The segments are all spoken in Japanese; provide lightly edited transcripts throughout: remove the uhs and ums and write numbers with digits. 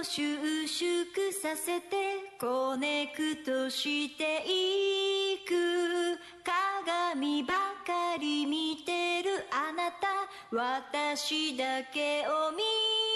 収縮させてコネクトしていく。鏡ばかり見てるあなた、私だけを見て。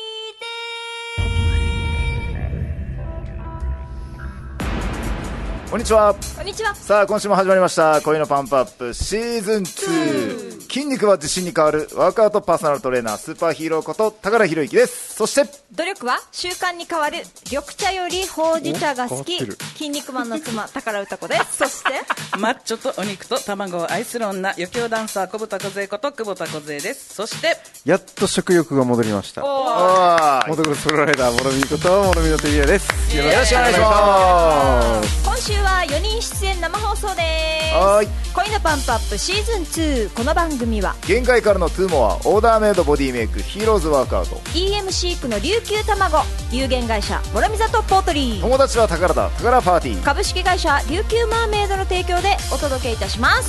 こんにちは。 こんにちは。 さあ今週も始まりました恋のパンプアップシーズン2。筋肉は自信に変わるワークアウトパーソナルトレーナースーパーヒーローこと高良博之です。そして努力は習慣に変わる緑茶よりほうじ茶が好き筋肉マンの妻高良歌子です。そしてマッチョとお肉と卵を愛する女余興ダンサー小豚梢こと久保田梢です。そしてやっと食欲が戻りました。元々ソロライダー諸見こと諸見のテリアです。 よろしくお願いします。 今週は4人出演生放送です。 はい、 恋のパンプアップシーズン2。この番組は限界からのトゥーモアオーダーメイドボディメイクヒーローズワークアウト EM シークの琉球卵有限会社諸見里ポートリー友達は宝だ宝パーティー株式会社琉球マーメイドの提供でお届けいたします。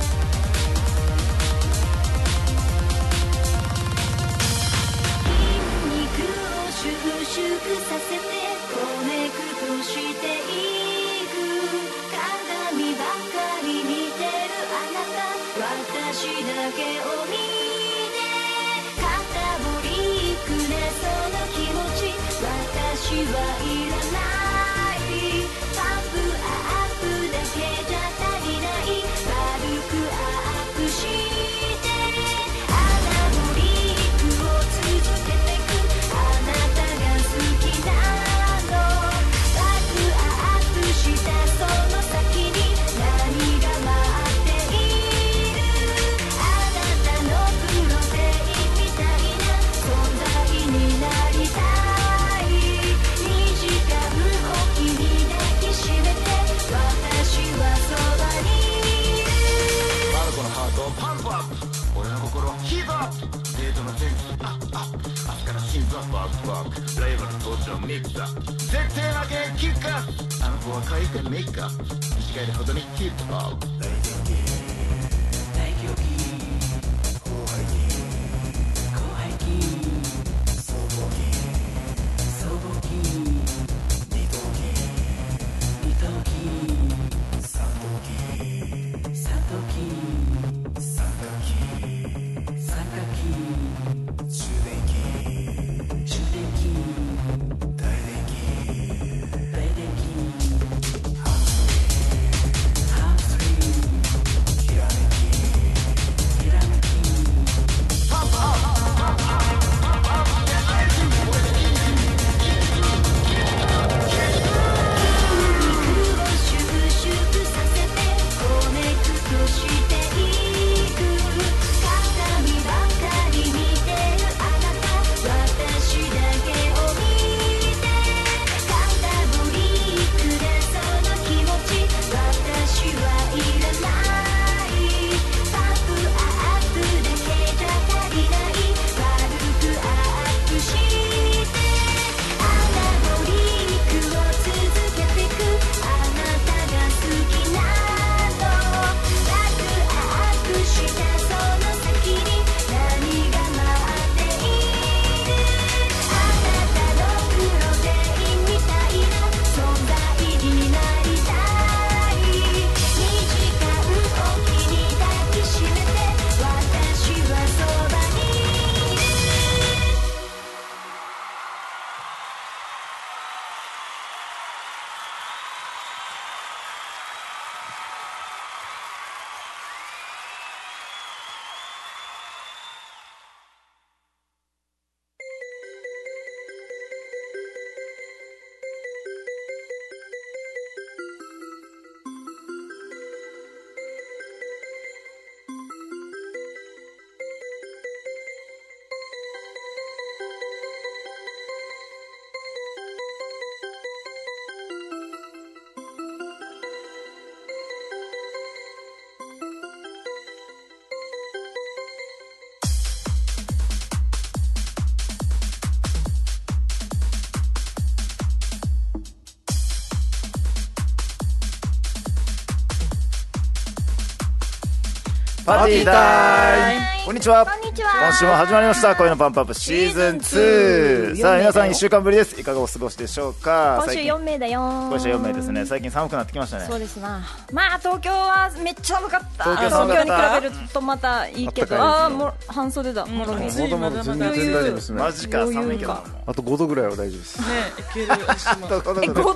収縮させてコネクトしていく。鏡ばかり見てるあなた、私だけを見て。肩ぼりくねその気持ち、私はいらない。パンプアップだけじゃ足りない。軽くアップしてアナボリックを続けてく。あなたが好きなのバックアップしたその先に何が待っている。あなたのプロテインみたいな存在になりたい。2時間おきに抱きしめて私はそばにいる。 マルコのハートをパンプアップ、俺の心はヒートアップ。デートの前期アップアップ、明日から心臓バックバック、ライバル登場ミックスアップ、絶対負けキックアップ。あの子は回転メイクアップ、短いほどにヒップホップ。大元気大狂気後輩気後輩気総合気総合気二頭筋二頭筋三頭筋三頭筋三角筋三角筋中電筋中電筋大電筋大電筋ハムストリンひらめきひらめきパンプアップパンプアップパンプアップ収縮させてコネクトしていく。鏡ばかり見てるあなた、私だけを見て。肩ぼりくれその気持ち、私はいらない。パンプアップだけじゃ足りない。軽くアップしてアナボリックを続けてく。あなたが好きなのバックアップしたその先に何が待っている。あなたのプロテインみたいな存在になりたい。2時間おきに抱きしめて私はそばにいる。 パーティータイム。こんにちは。 こんにちちは。 今週も始まりました恋のパンプアップシーズン2。さあ皆さん1週間ぶりです。いかがお過ごしでしょうか。 今週4名だよ。 今週4名ですね。最近寒くなってきましたね。 そうですな。まあ東京はめっちゃ寒かった。 東京に比べるとまたいいけど、ああもう半袖だ。もろみ。 まだ全然大丈夫ですね。 マジか、寒いけど。 あと5度ぐらいは大丈夫です。 ね、いける。 5度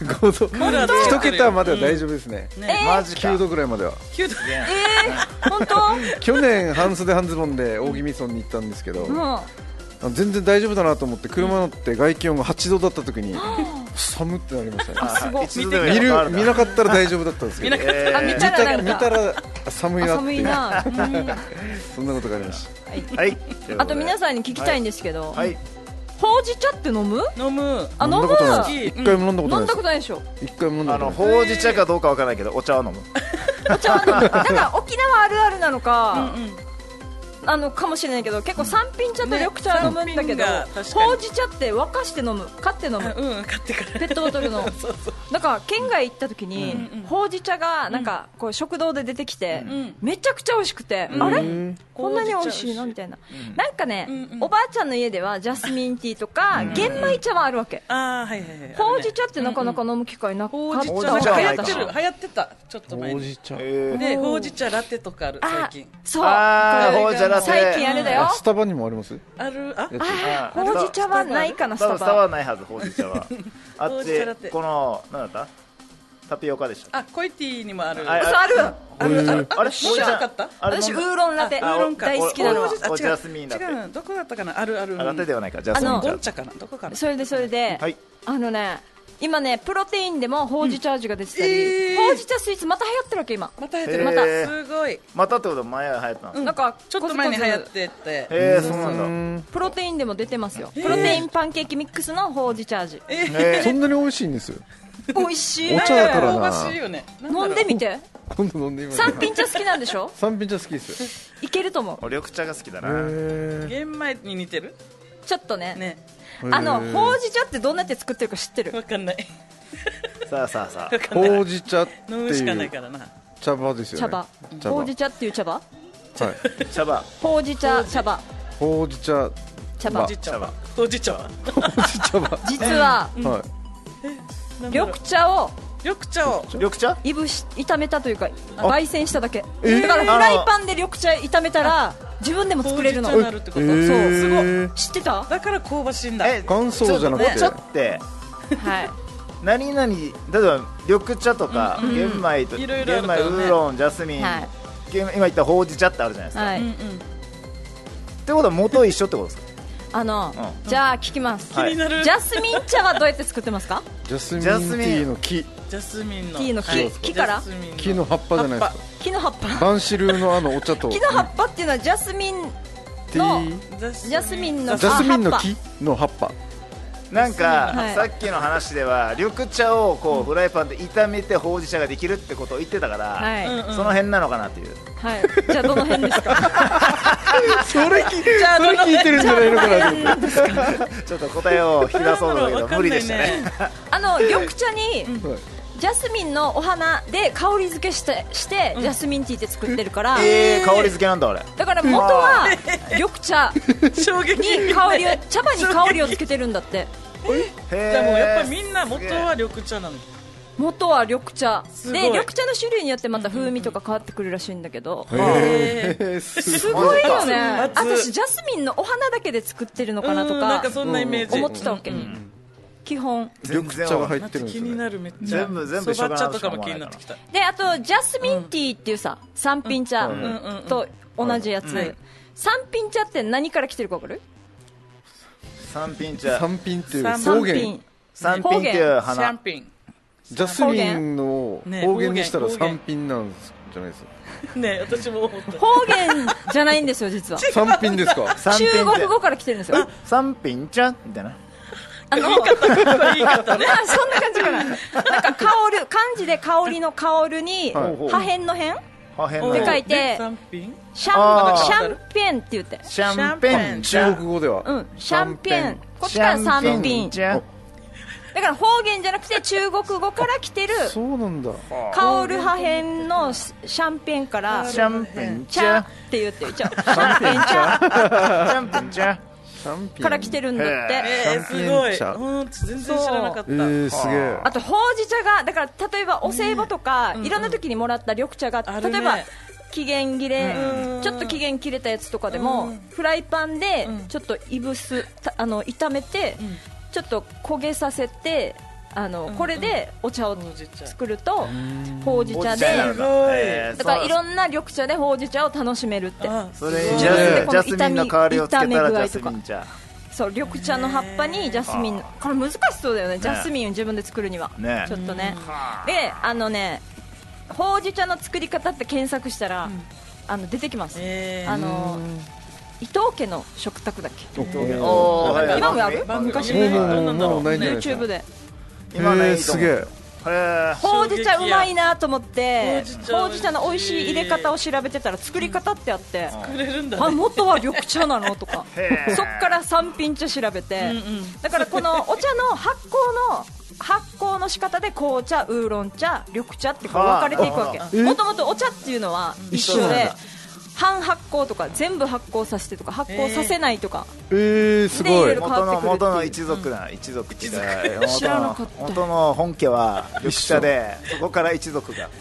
？5度。1桁までは大丈夫ですね。 マジか。 9度ぐらいまでは。 9度。 本当？ 去年半袖半ズボンで大宜味村に行ったんですけど、全然大丈夫だなと思って車乗って外気温が8度だった時に寒ってなりましたね。見なかったら大丈夫だったんですけど、見たら寒いなっていうそんなことがありました。 はい。 あと皆さんに聞きたいんですけど、 はい。 ほうじ茶って飲む？ 飲む。 あ、飲む。 一回も飲んだことないです。 飲んだことないでしょ。 一回も飲んだことない。 ほうじ茶かどうかわからないけどお茶は飲む。 お茶は飲む。なんか沖縄あるあるなのか。かもしれないけど結構三品茶と緑茶は飲むんだけど、ほうじ茶って沸かして飲む、買って飲む、 買ってからペットボトルのだから県外行った時にほうじ茶がなんかこう食堂で出てきてめちゃくちゃ美味しくて、あれこんなに美味しいのみたいな。なんかね、おばあちゃんの家ではジャスミンティーとか玄米茶はあるわけ。ほうじ茶ってなかなか飲む機会なかったわけ。 流行ってたちょっと前に。ほうじ茶でほうじ茶ラテとかある最近。 そう、 ほうじ茶最近あれだよ。 スタバにもあります？ ある。 ほうじ茶はないかな。スタバはないはず。ほうじ茶はあってこのなんだったタピオカでした。 あ、コイティーにもある。 ある。 あれもうじゃなかった？ 私ウーロンラテ大好きなの。 ジャスミンラテ。 違う、どこだったかな。ある。 ラテではないか。ジャスミンゴン茶かな。どこかな。 それで今ねプロテインでもほうじ茶味が出てたり、ほうじ茶スイーツまた流行ってるわけ今。 また流行ってる。すごい。 またってこと前は流行ったの？ なんかちょっと前に流行ってて。 そうなんだ。 プロテインでも出てますよ。プロテインパンケーキミックスのほうじ茶味。 そんなに美味しいんですよ。 美味しい。 お茶だからな。 飲んでみて。 今度飲んでみます。 三品茶好きなんでしょ？ 三品茶好きです。 いけると思う。 緑茶が好きだな。 玄米に似てる？ ちょっとね。ほうじ茶ってどうなって作ってるか知ってる？ わかんない。 さあほうじ茶って飲むしかないいうからな。 茶葉ですよね。 ほうじ茶っていう茶葉？ はい。 茶葉。 ほうじ茶茶葉。 ほうじ茶茶葉。 ほうじ茶葉。 実は緑茶を炒めたというか焙煎しただけ。だからフライパンで緑茶炒めたら自分でも作れるの。そうすごい。知ってた？ だから香ばしいんだ。 乾燥じゃなくて。 ちょっとはい。何々例えば緑茶とか玄米と玄米ウーロンジャスミン今言ったほうじ茶ってあるじゃないですか。ってことは元一緒ってことですか？ じゃあ聞きます。気になる。ジャスミン茶はどうやって作ってますか？ ジャスミンティーの木。 ジャスミンの木から木の葉っぱじゃないですか。 木の葉っぱ。 バンシルのお茶と木の葉っぱっていうのはジャスミンの木の葉っぱ。 なんかさっきの話では緑茶をこうフライパンで炒めてほうじ茶ができるってことを言ってたからその辺なのかなっていう。 じゃあどの辺ですか？ それ聞いてるんじゃないのかなって。 ちょっと答えを引き出そうだけど無理でしたね。 緑茶にジャスミンのお花で香り付けしてジャスミンティーって作ってるから。 香り付けなんだあれ。 だから元は緑茶に香りを茶葉に香りをつけてるんだって。 じゃあもうやっぱりみんな元は緑茶なの。 元は緑茶で緑茶の種類によってまた風味とか変わってくるらしいんだけど。すごいよね。私ジャスミンのお花だけで作ってるのかなとか思ってたわけ。基本緑茶が入ってるんですよね。 気になる。めっちゃ全部そば茶とかも気になってきた。 であとジャスミンティーっていうさ三品茶と同じやつ。三品茶って何から来てるか分かる？ 三品茶。 三品っていう方言。 三品っていう花。 ジャスミンの方言にしたら三品なんじゃないですか。 ね、私も思った。 方言じゃないんですよ実は。 三品ですか？ 中国語から来てるんですよ。 三品茶みたいな。 言い方ね。そんな感じかな。なんか香る漢字で香りの香るに破片の辺って書いてシャンペンって言って。 シャンペン中国語では。 シャンペン。こっちから三品。だだから方言じゃなくて中国語から来てるそうなんだ。 カオル破片のシャンペンからシャンペンチャって言ってシャンペンチャシャンペンチャから来てるんだって。 すごい。全然知らなかった。 すげえ。 あとほうじ茶がだから例えばお歳暮とかいろんな時にもらった緑茶が例えば期限切れちょっと期限切れたやつとかでもフライパンでちょっと炒めてちょっと焦げさせてこれでお茶を作るとほうじ茶でだからいろんな緑茶でほうじ茶を楽しめるって。 それにジャスミンの香りをつけたらジャスミン茶。 そう緑茶の葉っぱにジャスミンこれ難しそうだよねジャスミンを自分で作るにはちょっとねでほうじ茶の作り方って検索したら出てきます。伊藤家の食卓だっけ。今もある昔ね YouTube で今ねすげえ。 ほうじ茶うまいなと思ってほうじ茶の美味しい入れ方を調べてたら作り方ってあって元は緑茶なのとかそっから三品茶調べてだからこのお茶の発酵の仕方で紅茶ウーロン茶緑茶ってこう分かれていくわけ。もともとお茶っていうのは一緒で半発酵とか全部発酵させてとか発酵させないとかすごい元の一族だ一族知らなかった元の本家は緑茶でそこから一族が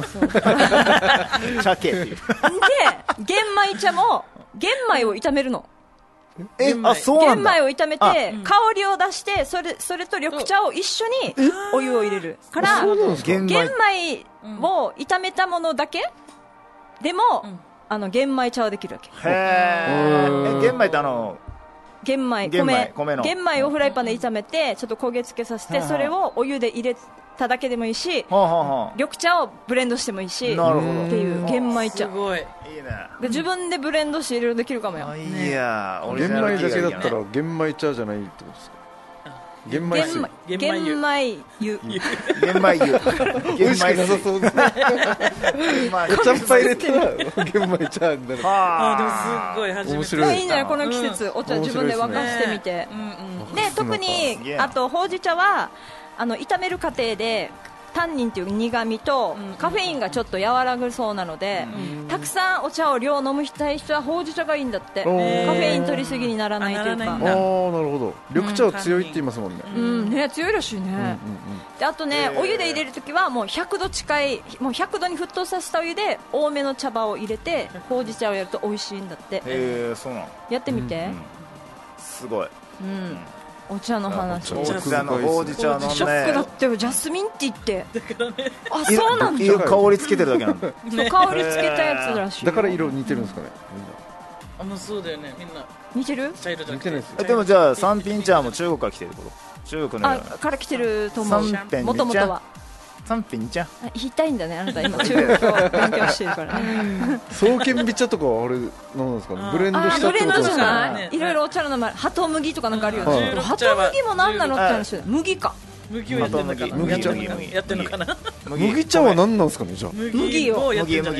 茶家っていうで玄米茶も玄米を炒めるのそうなんだ。 玄米を炒めて香りを出してそれと緑茶を一緒にお湯を入れるから玄米を炒めたものだけでも玄米茶はできるわけ。 玄米って玄米をフライパンで炒めてちょっと焦げ付けさせてそれをお湯で入れただけでもいいし緑茶をブレンドしてもいいしっていう玄米茶自分でブレンドして入れるできるかもよ。 いや玄米だけだったら玄米茶じゃないってことですか。玄米水玄米湯玄米湯美味しくなさそうですね。お茶っ葉入れたら玄米茶になる。 でもすごい初めて。 面白い。 いいんじゃないこの季節お茶自分で沸かしてみてで特にあとほうじ茶は炒める過程でタンニンっていう苦味とカフェインがちょっと和らぐそうなのでたくさんお茶を量飲むたい人はほうじ茶がいいんだってカフェイン取りすぎにならないというか。 なるほど。緑茶は強いって言いますもんね。 強いらしいね。であとねお湯で入れるときはもう100度近いもう100度に沸騰させたお湯で多めの茶葉を入れてほうじ茶をやると美味しいんだって。 そうなの。 やってみて。 すごい。 お茶の話ほうじ茶のほうじ茶のねショックだってジャスミンって言ってそうなんだ香りつけてるだけなんだ香りつけたやつらしい。 だから色似てるんですかね。 そうだよねみんな似てる。 茶色じゃなくて似てないです。 でもじゃあ三品茶も中国から来てるってこと。中国のから来てると思う。もともとは三品茶言いたいんだねあなた今中国を勉強してるからね。 爽健美茶とかはあれなんですかね。ブレンドしたってことですか。 ブレンドじゃないいろいろお茶の名前ハト麦とかなんかあるよね。ハト麦も何なのって話。麦か麦をやってんのかな。やってんのかな。 麦茶は何なんですかね。じゃあ麦を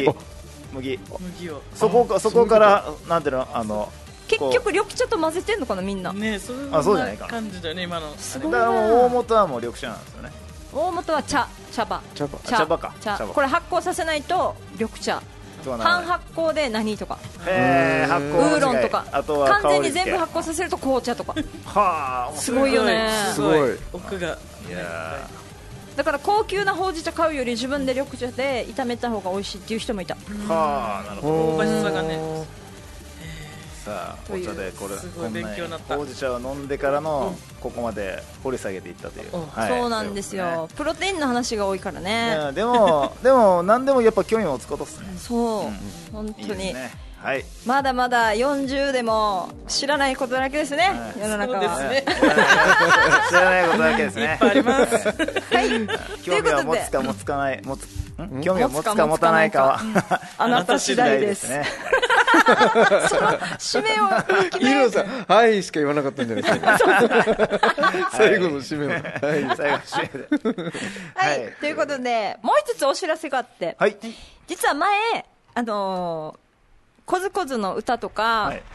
そこからなんていうの結局緑茶と混ぜてんのかなみんな。 ねそうじゃないかな感じだよね今の。 だから大元はもう緑茶なんですよね。 大元は茶葉これ発酵させないと緑茶半発酵で何とかウーロンとか完全に全部発酵させると紅茶とかすごいよね。 すごい奥がだから高級なほうじ茶買うより自分で緑茶で炒めた方が美味しいっていう人もいた。 なるほど。 香ばしさがね。 さあお茶でこれこんなほうじ茶を飲んでからのここまで掘り下げていったという。 そうなんですよ。プロテインの話が多いからね。 でも何でもやっぱ興味を持つことですね。 そう本当にはいまだまだ40でも知らないことだけですね世の中は。 知らないことだけですね。 いっぱいあります。 興味を持つか持つかない興味を持つか持たないかはあなた次第ですね。その締めをヒーローさんはいしか言わなかったんじゃないですか。最後の締めは最後の締めではいということでもう一つお知らせがあって実は前コズコズの歌とか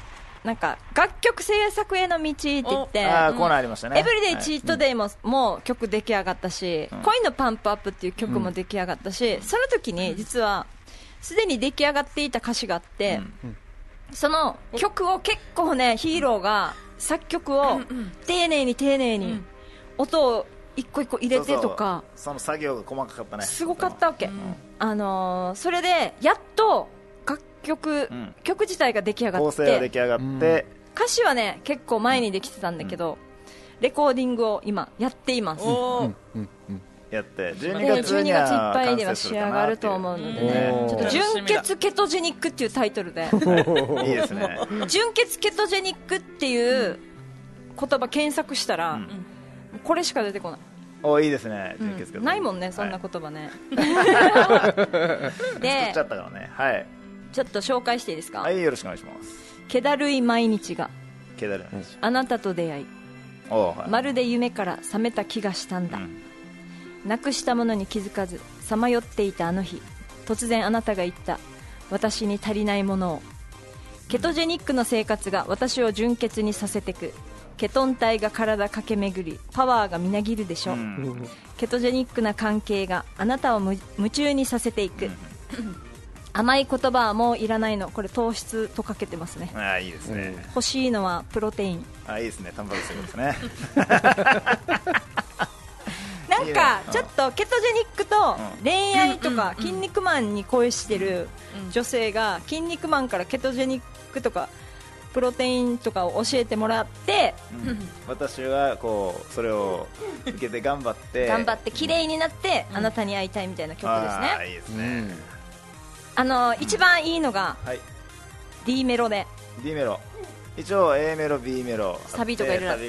なんか楽曲制作への道って言って、 コーナーありましたね。 エブリデイチートデイももう曲出来上がったし、恋のパンプアップっていう曲も出来上がったし、その時に実はすでに出来上がっていた歌詞があって、その曲を結構ね、ヒーローが作曲を丁寧に丁寧に音を一個一個入れてとか、 その作業が細かかったね。 すごかったわけ。それでやっと楽曲、曲自体が出来上がって、 構成が出来上がって、 歌詞はね結構前にできてたんだけど、レコーディングを今やっています。 やって12月いっぱいでは仕上がると思うのでね、ちょっと純血ケトジェニックっていうタイトルでいいですね。 純血ケトジェニックっていう言葉検索したら、これしか出てこない。 お、いいですね。 ないもんね、そんな言葉ね。 で、作っちゃったからね。はい。 ちょっと紹介していいですか。 はい、よろしくお願いします。 気だるい毎日があなたと出会い、まるで夢から覚めた気がしたんだ。なくしたものに気づかずさまよっていたあの日、突然あなたが言った、私に足りないものを。ケトジェニックの生活が私を純血にさせてく。ケトン体が体駆け巡り、パワーがみなぎるでしょ。ケトジェニックな関係があなたを夢中にさせていく。甘い言葉はもういらないの。これ糖質とかけてますね。 あ、いいですね。 欲しいのはプロテイン。 あ、いいですね。タンパク質ですね。 なんかちょっとケトジェニックと恋愛とか筋肉マンに恋してる女性が筋肉マンからケトジェニックとかプロテインとかを教えてもらって、 私はこうそれを受けて頑張って綺麗になってあなたに会いたいみたいな曲ですね。 いいですね。 一番いいのが D メロで、 D メロ一応 A メロ B メロサビとかいろいろあって、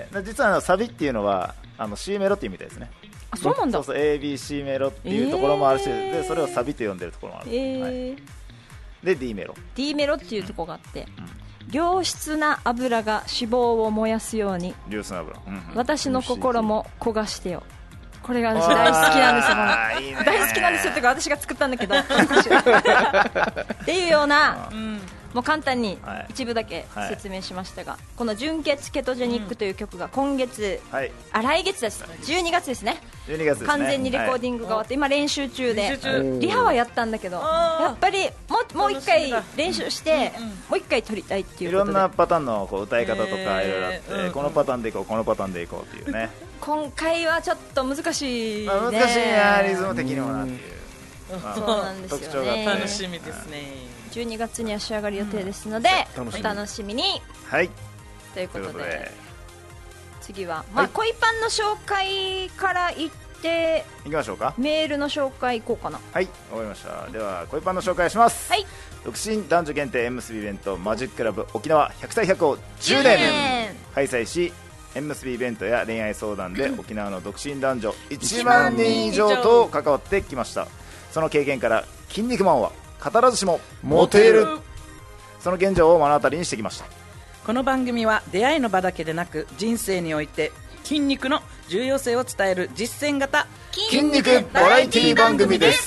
実はサビっていうのはC メロっていうみたいですね。 あ、そうなんだ。 そうそう、 ABC メロっていうところもあるし、でそれをサビと呼んでるところもある、で D メロっていうところがあって、良質な油が脂肪を燃やすように良質な油、 私の心も焦がしてよ。これが私大好きなんですよ。大好きなんですよってか私が作ったんだけどっていうような、もう簡単に一部だけ説明しましたが、この純血ケトジェニックという曲が今月、来月です。12月ですね。完全にレコーディングが終わって今練習中で、リハはやったんだけど、やっぱりもう一回練習してもう一回撮りたいっていうことで、 いろんなパターンのこう歌い方とかいろいろあって、このパターンでいこうこのパターンでいこうっていうね。 今回はちょっと難しいね。 難しいな、リズム的にもなっていう、 そうなんですよね。 楽しみですね。 12月には仕上がる予定ですので、お楽しみに。 はい、 ということで次は、恋パンの紹介からいっていきましょうか。 メールの紹介いこうかな。 はい、わかりました。では恋パンの紹介します。 はい。 独身男女限定縁結びイベントマジッククラブ沖縄100対100を10年開催し、縁結びイベントや恋愛相談で沖縄の独身男女1万人以上と関わってきました。その経験から筋肉マンは語らずしもモテる、その現状を目の当たりにしてきました。 この番組は出会いの場だけでなく人生において筋肉の重要性を伝える実践型筋肉バラエティ番組です。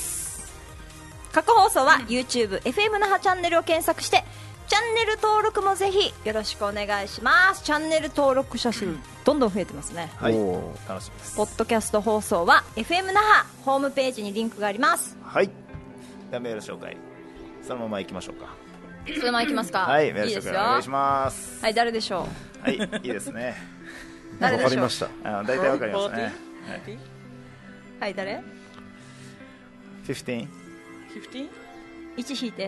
過去放送は YouTube、FM 那覇チャンネルを検索してチャンネル登録もぜひよろしくお願いします。チャンネル登録者数どんどん増えてますね。 はい、楽しみです。 ポッドキャスト放送は FM 那覇ホームページにリンクがあります。 はい、ではメール紹介そのままいきましょうか。 そのままいきますか。 はい、メール紹介お願いします。 はい、誰でしょう。はい、いいですね。 誰でしょう。 わかりました。 大体わかりましたね。 はい、誰 ？15？ 1引いて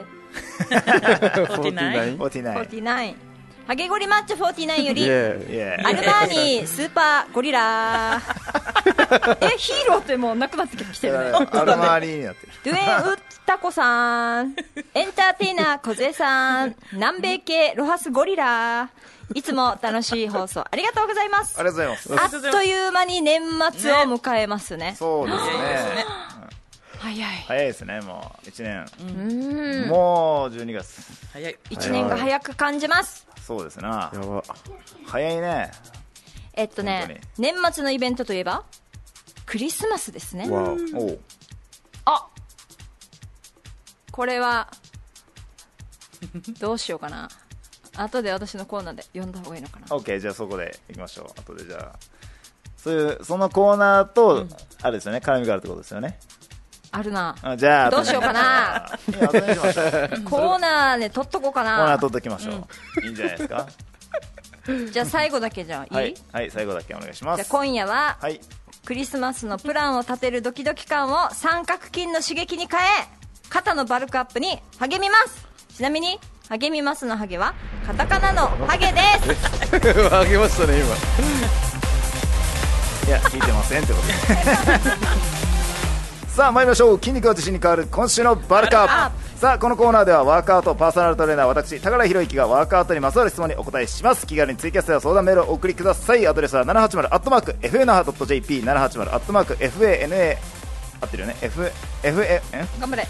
49。 ハゲゴリマッチョ49より、 yeah. アルバーニースーパーゴリラーヒーローってもうなくなってきてるね。 アルバーニーになってる。 ドゥエン・ウッタコさん、エンターテイナー小勢さん、南米系ロハスゴリラー、いつも楽しい放送ありがとうございます。 ありがとうございます。 あっという間に年末を迎えますね。 そうですね。早いですね。もう1年、もう12月、 早い。 1年が早く感じます。 そうですな。早いね。 年末のイベントといえばクリスマスですね。あ、これはどうしようかな。 後で私のコーナーで読んだ方がいいのかな。 OK、 じゃあそこでいきましょう。後でじゃあそのコーナーと、あれですよね、絡みがあるってことですよね。 あるな。 じゃあどうしようかな。 いや後にしましょう。 コーナーで取っとこうかな。 コーナー取っときましょう、いいんじゃないですか。 じゃあ最後だけじゃあいい？ はい、最後だけお願いします。 じゃあ今夜は、 はい、 クリスマスのプランを立てるドキドキ感を三角筋の刺激に変え、肩のバルクアップに励みます。ちなみに励みますのハゲはカタカナのハゲです。 励ましたね今。 いや聞いてませんってことでさあ参りましょう。筋肉は自信に変わる今週のバルクアップ。さあこのコーナーではワークアウトパーソナルトレーナー私高良博之がワークアウトにまつわる質問にお答えします。気軽にツイキャスや相談メールをお送りください。アドレスは 780@fnaha.jp 780@fana 合ってるよね。 頑張れ。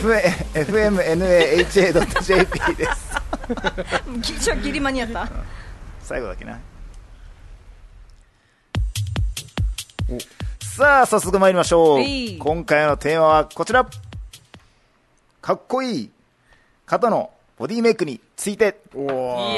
fmnaha.jp ですギリ間に合った。 最後だけな。さあ早速参りましょう。今回のテーマはこちら。かっこいい肩のボディメイクについて。 ど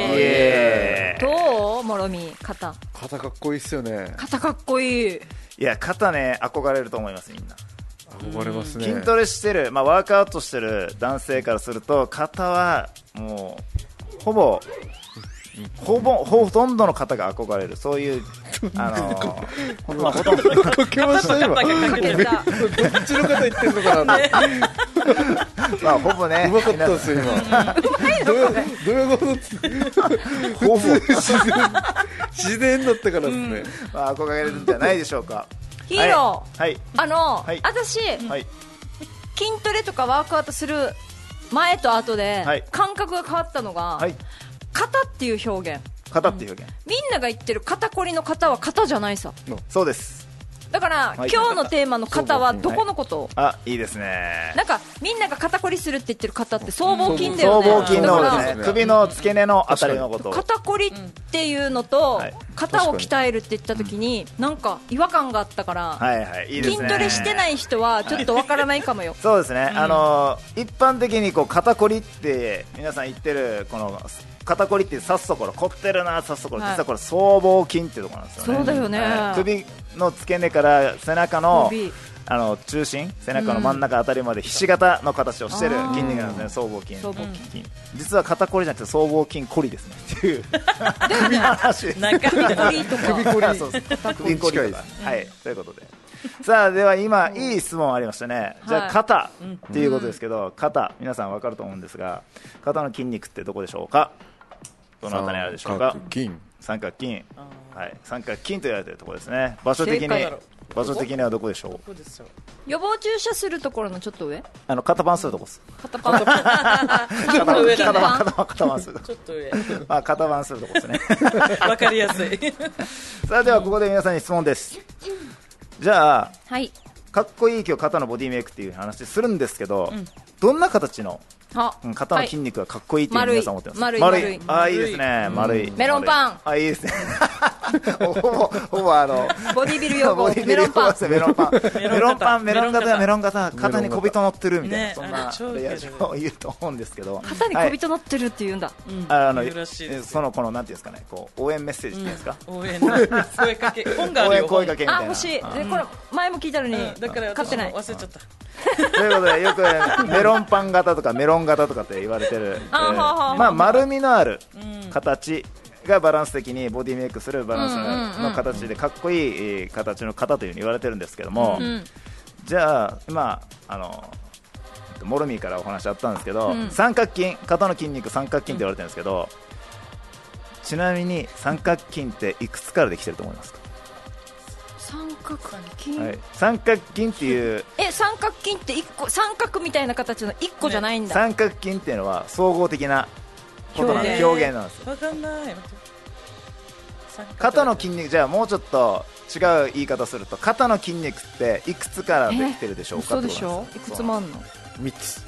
うもろみ肩かっこいいっすよね。 肩かっこいい。 いや肩ね憧れると思います。みんな憧れますね。 筋トレしてる、ワークアウトしてる男性からすると肩はもうほとんどの方が憧れる、そういうほとんどかけました今。どっちの方言ってんのかな。 ほぼね。 うまかったですよ今。どういうことほぼ自然だったからですね。 憧れるんじゃないでしょうか。 ヒーロー、 はい、 私、筋トレとかワークアウトする前と後で感覚が変わったのが、肩っていう表現。 肩っていう表現。 みんなが言ってる肩こりの肩は肩じゃないさ。 そうです。 だから、今日のテーマの肩はどこのこと？ いいですね。 なんかみんなが肩こりするって言ってる肩って僧帽筋だよね。 僧帽筋のですね。首の付け根のあたりのこと。 肩こりっていうのと、肩を鍛えるって言った時になんか違和感があったから、筋トレしてない人はちょっとわからないかもよ。 そうですね。一般的にこう肩こりって皆さん言ってるこの肩こりって刺すところ、凝ってるな刺すところ、実はこれ僧帽筋っていうところなんですよね。 そうだよね。 首の付け根から背中の中心、背中の真ん中あたりまでひし形の形をしてる筋肉なんですね。僧帽筋。実は肩こりじゃなくて僧帽筋こりですねっていう話です。 首こりとか首こり、そうです。首こりとか、ということで。さあでは今いい質問ありましたね。じゃあ肩っていうことですけど、肩皆さん分かると思うんですが、肩の筋肉ってどこでしょうか。どのあたりにあるでしょうか。三角筋。三角筋と言われているところですね。場所的にはどこでしょう。 予防注射するところのちょっと上。 肩パンするとこです。 肩パン。 肩パンする。 ちょっと上。 肩パンするとこですね。 わかりやすい。 さあではここで皆さんに質問です。じゃあ、かっこいい今日肩のボディメイクっていう話するんですけど、どんな形の肩の筋肉がかっこいいって皆さん思ってます。 丸い。 いいですね。丸い。 メロンパン。 いいですね。ほぼボディビル用語。メロンパン。 メロン型、肩に小人乗ってるみたいな、そんなを言うと思うんですけど。 肩に小人乗ってるって言うんだ。 そのこのなんていうんですかね、こう応援メッセージっていうんですか。 応援声かけ。本があるよ。 声かけみたいな。 欲しい。これ前も聞いたのに買ってない。 忘れちゃった。 ということでよくメロンパン型とかメロン型とかって言われてる、丸みのある形がバランス的にボディメイクするバランスの形でかっこいい形の肩というふうに言われてるんですけども、じゃあ今モロミーからお話あったんですけど、三角筋、肩の筋肉三角筋って言われてるんですけど、ちなみに三角筋っていくつからできてると思いますか。三角筋っていう三角筋って1個、三角みたいな形の1個じゃないんだ。 三角筋っていうのは総合的なことなんで表現なんですよ。 わかんない。 肩の筋肉、じゃあもうちょっと違う言い方すると、肩の筋肉っていくつからできてるでしょうか。 そうでしょ。いくつもあんの。 3つ。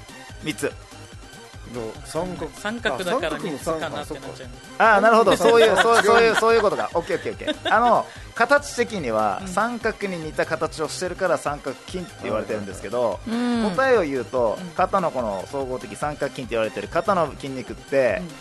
三角だから3つかなってなっちゃう。 なるほど。そういうことが。オッケー。形的には三角に似た形をしてるから三角筋って言われてるんですけど、答えを言うと肩のこの総合的三角筋って言われてる肩の筋肉って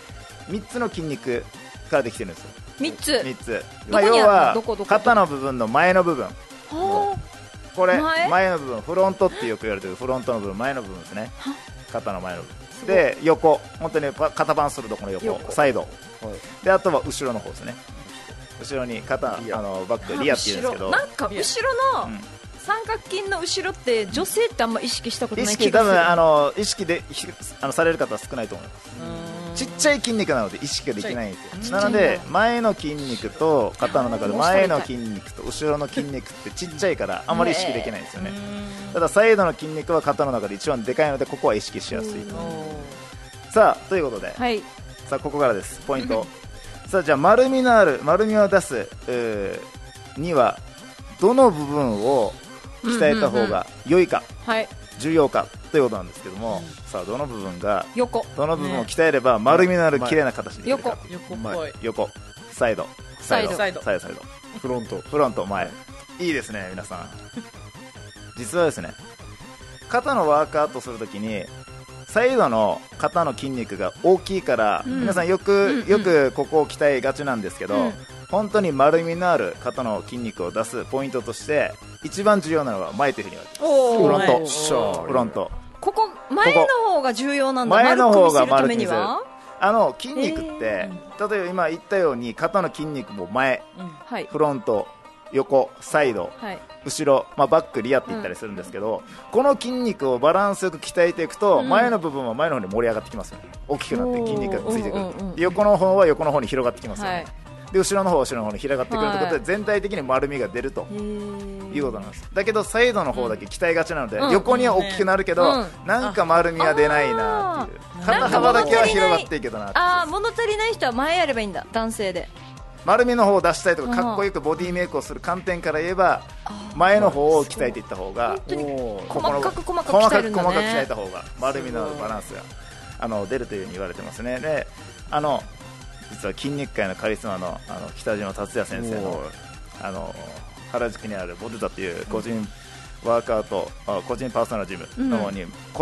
3つの筋肉からできてるんですよ。 3 つ、要は肩の部分の前の部分、これ前の部分、フロントってよく言われてるフロントの部分、前の部分ですね。肩の前の部分で、横、本当に肩パンするとこの横、サイドで、あとは後ろの方ですね。後ろに肩、バックリアって言うんですけど、 なんか後ろの三角筋の後ろって女性ってあんま意識したことない気がする。 多分意識でされる方は少ないと思います。ちっちゃい筋肉なので意識ができないんですよ。なので前の筋肉と肩の中で前の筋肉と後ろの筋肉ってちっちゃいからあまり意識できないんですよね。ただサイドの筋肉は肩の中で一番でかいのでここは意識しやすいと。さあということで、さあここからですポイント。さあじゃあ丸みを出すにはどの部分を鍛えた方が良いか、重要かということなんですけども、さあどの部分を鍛えれば丸みのある綺麗な形でできるか。横、サイド、フロント、前。いいですね皆さん。実はですね、肩のワークアウトするときにサイドの肩の筋肉が大きいから、皆さんよくここを鍛えがちなんですけど、本当に丸みのある肩の筋肉を出すポイントとして一番重要なのは前というふうに言われてます。フロント、 ここ前の方が重要なんだ。 前の方が丸く見せる。筋肉って例えば今言ったように肩の筋肉も前、フロント、横、サイド、後ろ、バック、リアって言ったりするんですけど、この筋肉をバランスよく鍛えていくと、前の部分は前の方に盛り上がってきますよね。大きくなって筋肉がついてくると、横の方は横の方に広がってきますよね。で後ろの方は後ろの方に広がってくるということで、全体的に丸みが出るということなんです。だけどサイドの方だけ鍛えがちなので、横には大きくなるけど、なんか丸みは出ないなっていう、肩幅だけは広がっていいけどなって。 物足りない人は前やればいいんだ。男性で丸みの方を出したいとか、かっこよくボディメイクをする観点から言えば、前の方を鍛えていった方が、 細かく鍛えた方が丸みのあるバランスが出るというふうに言われてますね。で実は筋肉界のカリスマの北島達也先生の原宿にあるボテタという個人ワークアウト個人パーソナルジムの方に、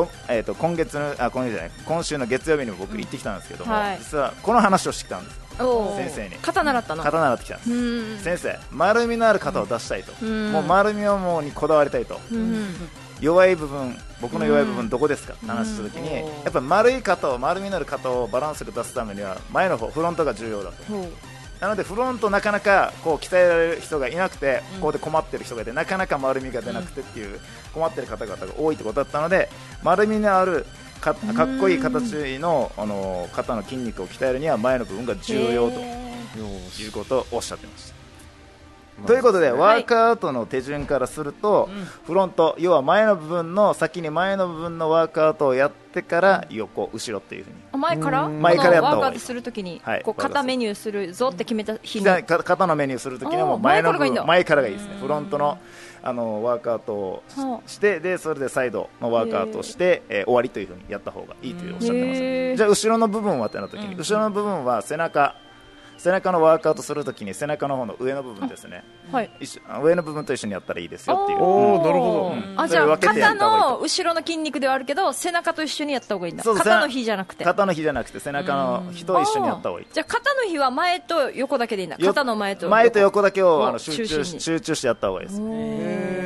今週の月曜日にも僕行ってきたんですけども、実はこの話をしてきたんです。先生に肩習ったの。 肩習ってきたんです。先生、丸みのある肩を出したいと、もう丸みをにこだわりたいと、弱い部分、僕の弱い部分どこですかって話したときに、やっぱ丸みのある肩をバランスよく出すためには前の方、フロントが重要だと。なのでフロントなかなか鍛えられる人がいなくて、ここで困ってる人がいて、なかなか丸みが出なくてっていう困ってる方々が多いってことだったので、丸みのあるかっこいい形の肩の筋肉を鍛えるには前の部分が重要ということをおっしゃってました。ということで、ワークアウトの手順からすると、フロント、要は先に前の部分のワークアウトをやってから横、後ろっていうふうに前からやった方がいい。 ワークアウトするときに肩メニューするぞって決めた日に、 肩のメニューするときにも前からがいいですね。フロントのワークアウトをして、でそれでサイドのワークアウトをして、終わりというふうにやった方がいいとおっしゃってます。じゃあ後ろの部分はってなったときに、後ろの部分は背中のワークアウトするときに背中の方の上の部分ですね、上の部分と一緒にやったらいいですよっていう。 なるほど。じゃあ肩の後ろの筋肉ではあるけど背中と一緒にやった方がいいんだ。肩の日じゃなくて背中の日と一緒にやった方がいい。 じゃあ肩の日は前と横だけでいいんだ。肩の前と横だけを集中してやった方がいいです。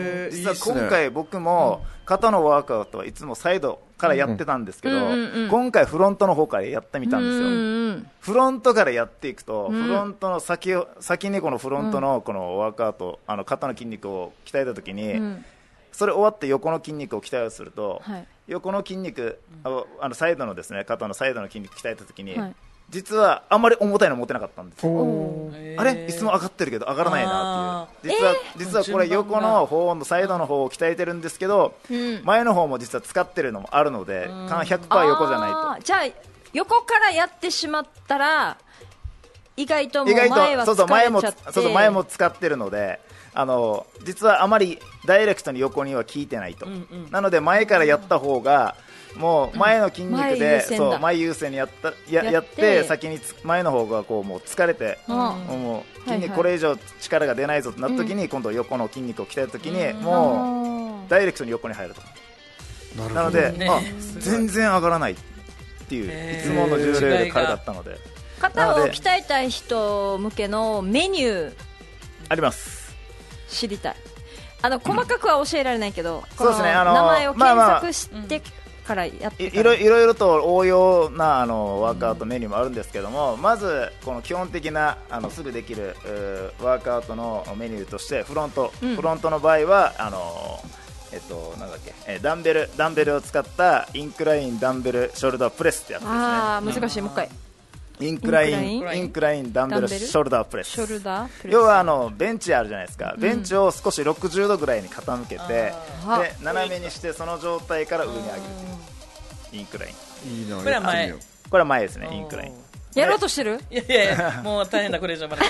実は今回僕も肩のワークアウトはいつもサイドからやってたんですけど、今回フロントの方からやってみたんですよ。フロントからやっていくと、フロントの先にこのフロントのこのワークアウト、肩の筋肉を鍛えたときに、それ終わって横の筋肉を鍛えようとすると、横の筋肉、サイドのですね、肩のサイドの筋肉鍛えたときに、実はあんまり重たいの持ってなかったんですよ。あれいつも上がってるけど上がらないなっていう。実はこれ横の方のサイドの方を鍛えてるんですけど、前の方も実は使ってるのもあるので、100% 横じゃないと。 じゃあ横からやってしまったら意外と前は疲れちゃって、 前も使ってるので、実はあまりダイレクトに横には効いてないと。なので前からやった方がもう前の筋肉で前優先にやって先に前の方がもう疲れて、もう筋肉これ以上力が出ないぞとなった時に、今度横の筋肉を鍛えた時にもうダイレクトに横に入ると。なので全然上がらないっていう、いつもの重量より軽かったので、 肩を鍛えたい人向けのメニューあります。 知りたい。細かくは教えられないけど、 そうですね、 名前を検索してからやっていろいろと応用なワークアウトメニューもあるんですけども、まずこの基本的なすぐできるワークアウトのメニューとしてフロントの場合はなんだっけ、ダンベルを使ったインクラインダンベルショルダープレスってやつですね。 難しい。もう一回。 インクラインダンベルショルダープレス。要はベンチあるじゃないですか。ベンチを少し60度ぐらいに傾けて、で斜めにしてその状態から上に上げる。インクライン。 いいな。これは前。 これは前ですね。インクライン。 やろうとしてる？ いやもう大変だ、これ以上まで。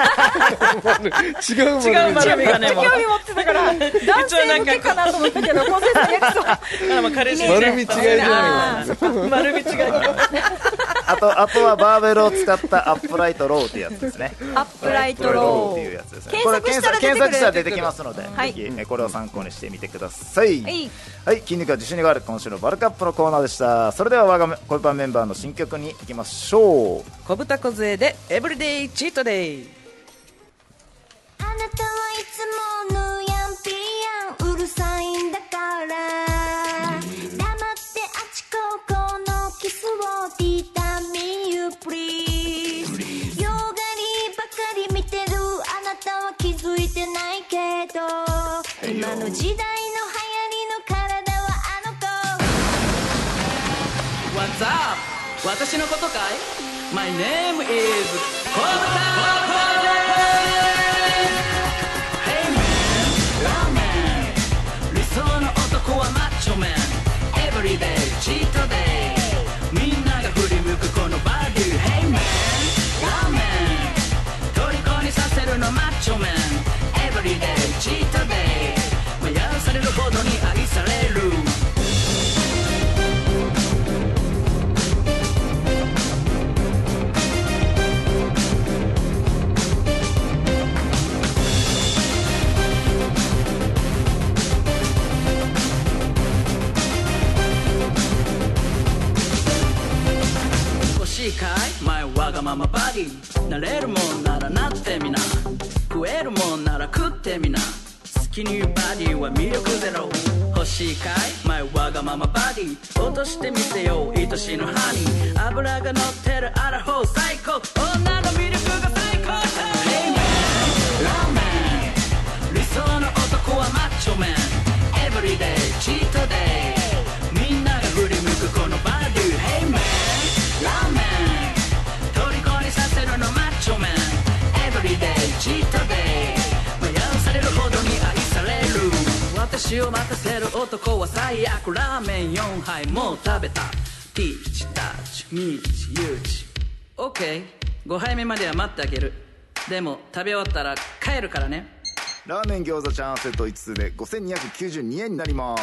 違う丸みがね、 もう興味持ってたから男性向けかなと思ったけど、昴生さんやりそう。 丸み違いじゃない。 丸み違い。 あとはバーベルを使ったアップライトローっていうやつですね。 アップライトローっていうやつですね。 検索したら出てきますので、ぜひこれを参考にしてみてください。はい、筋肉は自信がある今週のバルカップのコーナーでした。それでは我が恋パンメンバーの新曲に行きましょう。 小豚小杖でエブリデイチートデイ。 あなたはいつもぬやんぴやんうるさいんだから黙ってあちここのキスをティータミユプリーズよがりばかり見てるあなたは気づいてないけど今の時代の流行りの体はあの子 What's up? 私のことかいMy name is 小豚小杖 Hey man, ラーメン理想の男はマッチョメン Everyday, cheat day みんなが振り向くこのバディ Hey man, ラーメン虜にさせるのマッチョメン Everyday, cheat day 迷わされるほどに愛されるかい前わがままバディなれるもんならなってみな食えるもんなら食ってみな好きに言うバディは魅力ゼロ欲しいかい前わがままバディ落としてみせよう愛しのハニー油が乗ってるアラフォー最高女の魅力が最高 Hey man ラーメン理想の男はマッチョメン Everyday チートデイみんなが振り向くこのバディ Hey man ラーメン虜にさせるのマッチョメン Everyday チートデイ迷わされるほどに愛される私を待たせる男は最悪ラーメン4杯もう食べたピーチタッチミーチユーチ OK5 杯目までは待ってあげるでも食べ終わったら帰るからねラーメン餃子チャーンセット5つで5292円になります。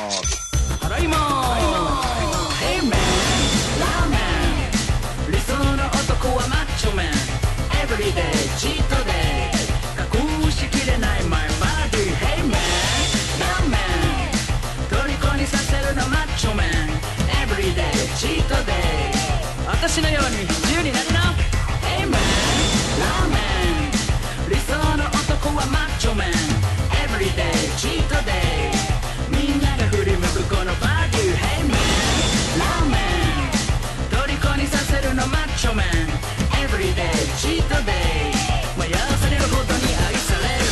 払いまーす Hey man ラーメン理想の男はマッチョメン Everyday チートデイ隠しきれない My body Hey man ラーメン虜にさせるのマッチョメン Everyday チートデイ私のように自由になりな Hey man ラーメン理想の男はマッチョメン Everyday チートデイみんなが振り向くこのバディ Hey man ラーメン虜にさせるのマッチョメン Everyday チートデイ迷わされるほどに愛される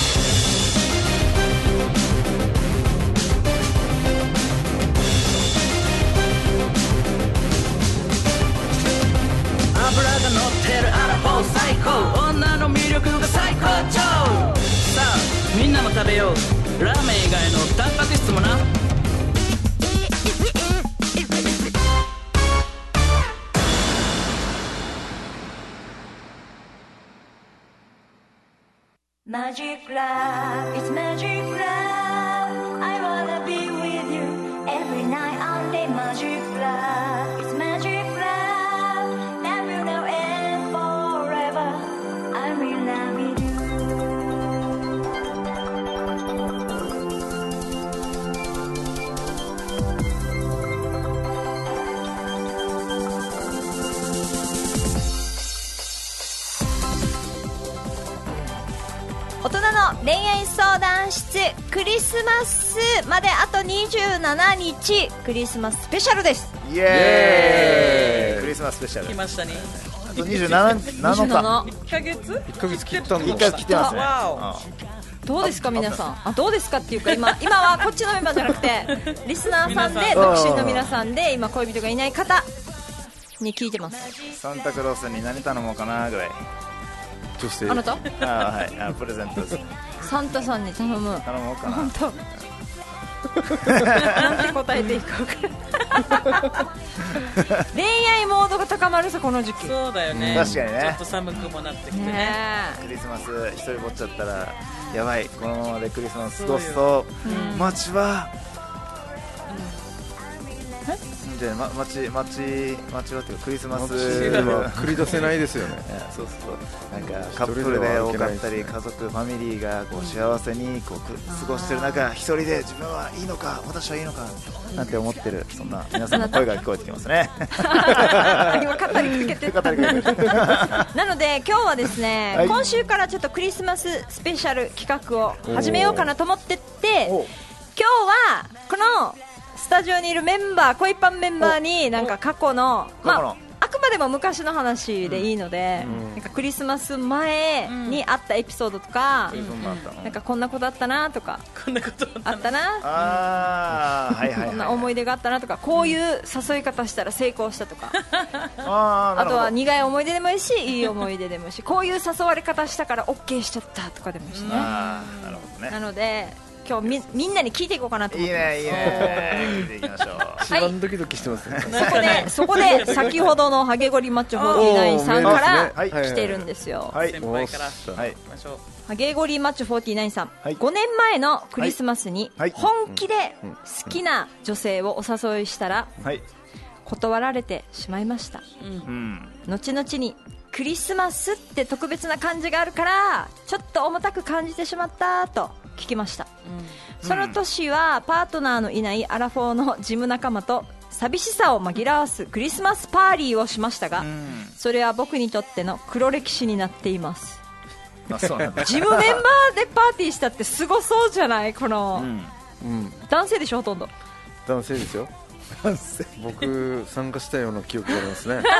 油が乗ってるアラフォー最高女の魅力が最高潮さあみんなも食べようラーメン以外のタンパク質もな Magic love, it's magic love. I wanna be with you every night only. Magic love, it's magic love. Love you now and forever. I'm in love with you. 「 大人の恋愛相談室クリスマスまであと27日クリスマススペシャルです。 イエーイクリスマススペシャル来ましたね。 あと27日 1ヶ月切ったんだ。 1ヶ月切ってますね。 どうですか皆さん。どうですかっていうか今はこっちのメンバーじゃなくてリスナーさんで独身の皆さんで今恋人がいない方に聞いてます。 サンタクロースに何頼もうかなぐらい。 女性あなたはいプレゼントです。 サンタさんに頼もうかな。 本当なんて答えていいか分からない恋愛モードが高まるさこの時期。 そうだよね。 確かにね。 ちょっと寒くもなってきてね。 クリスマス一人ぼっちゃったらやばい、このままでクリスマス過ごすと街は街はっていうかクリスマスは繰り出せないですよね。 そうなんかカップルで多かったり家族ファミリーがこう幸せにこう過ごしてる中一人で自分はいいのか私はいいのかなんて思ってるそんな皆さんの声が聞こえてきますね。 今語りかけてなので今日はですね、はい、今週からちょっとクリスマススペシャル企画を始めようかなと思ってて、今日はこのスタジオにいるメンバー恋パンメンバーになんか過去のあくまでも昔の話でいいので、なんかクリスマス前にあったエピソードとか、なんかこんなことあったなとかこんなことあったなこんな思い出があったなとかこういう誘い方したら成功したとかあとは苦い思い出でもいいしいい思い出でもいいしこういう誘われ方したから OK しちゃったとかでもいいしね。なので今日みんなに聞いていこうかなと思ってます。 いいね聞いていきましょう。 一番ドキドキしてますね。 そこで先ほどのハゲゴリマッチョ49さんから来てるんですよ。 先輩からハゲゴリマッチョ49さん、5年前のクリスマスに本気で好きな女性をお誘いしたら断られてしまいました。後々にクリスマスって特別な感じがあるからちょっと重たく感じてしまったと聞きました。その年はパートナーのいないアラフォーのジム仲間と寂しさを紛らわすクリスマスパーリーをしましたが、それは僕にとっての黒歴史になっています。ジムメンバーでパーティーしたってすごそうじゃないこの、男性でしょほとんど。 男性ですよ。僕参加したような記憶がありますね。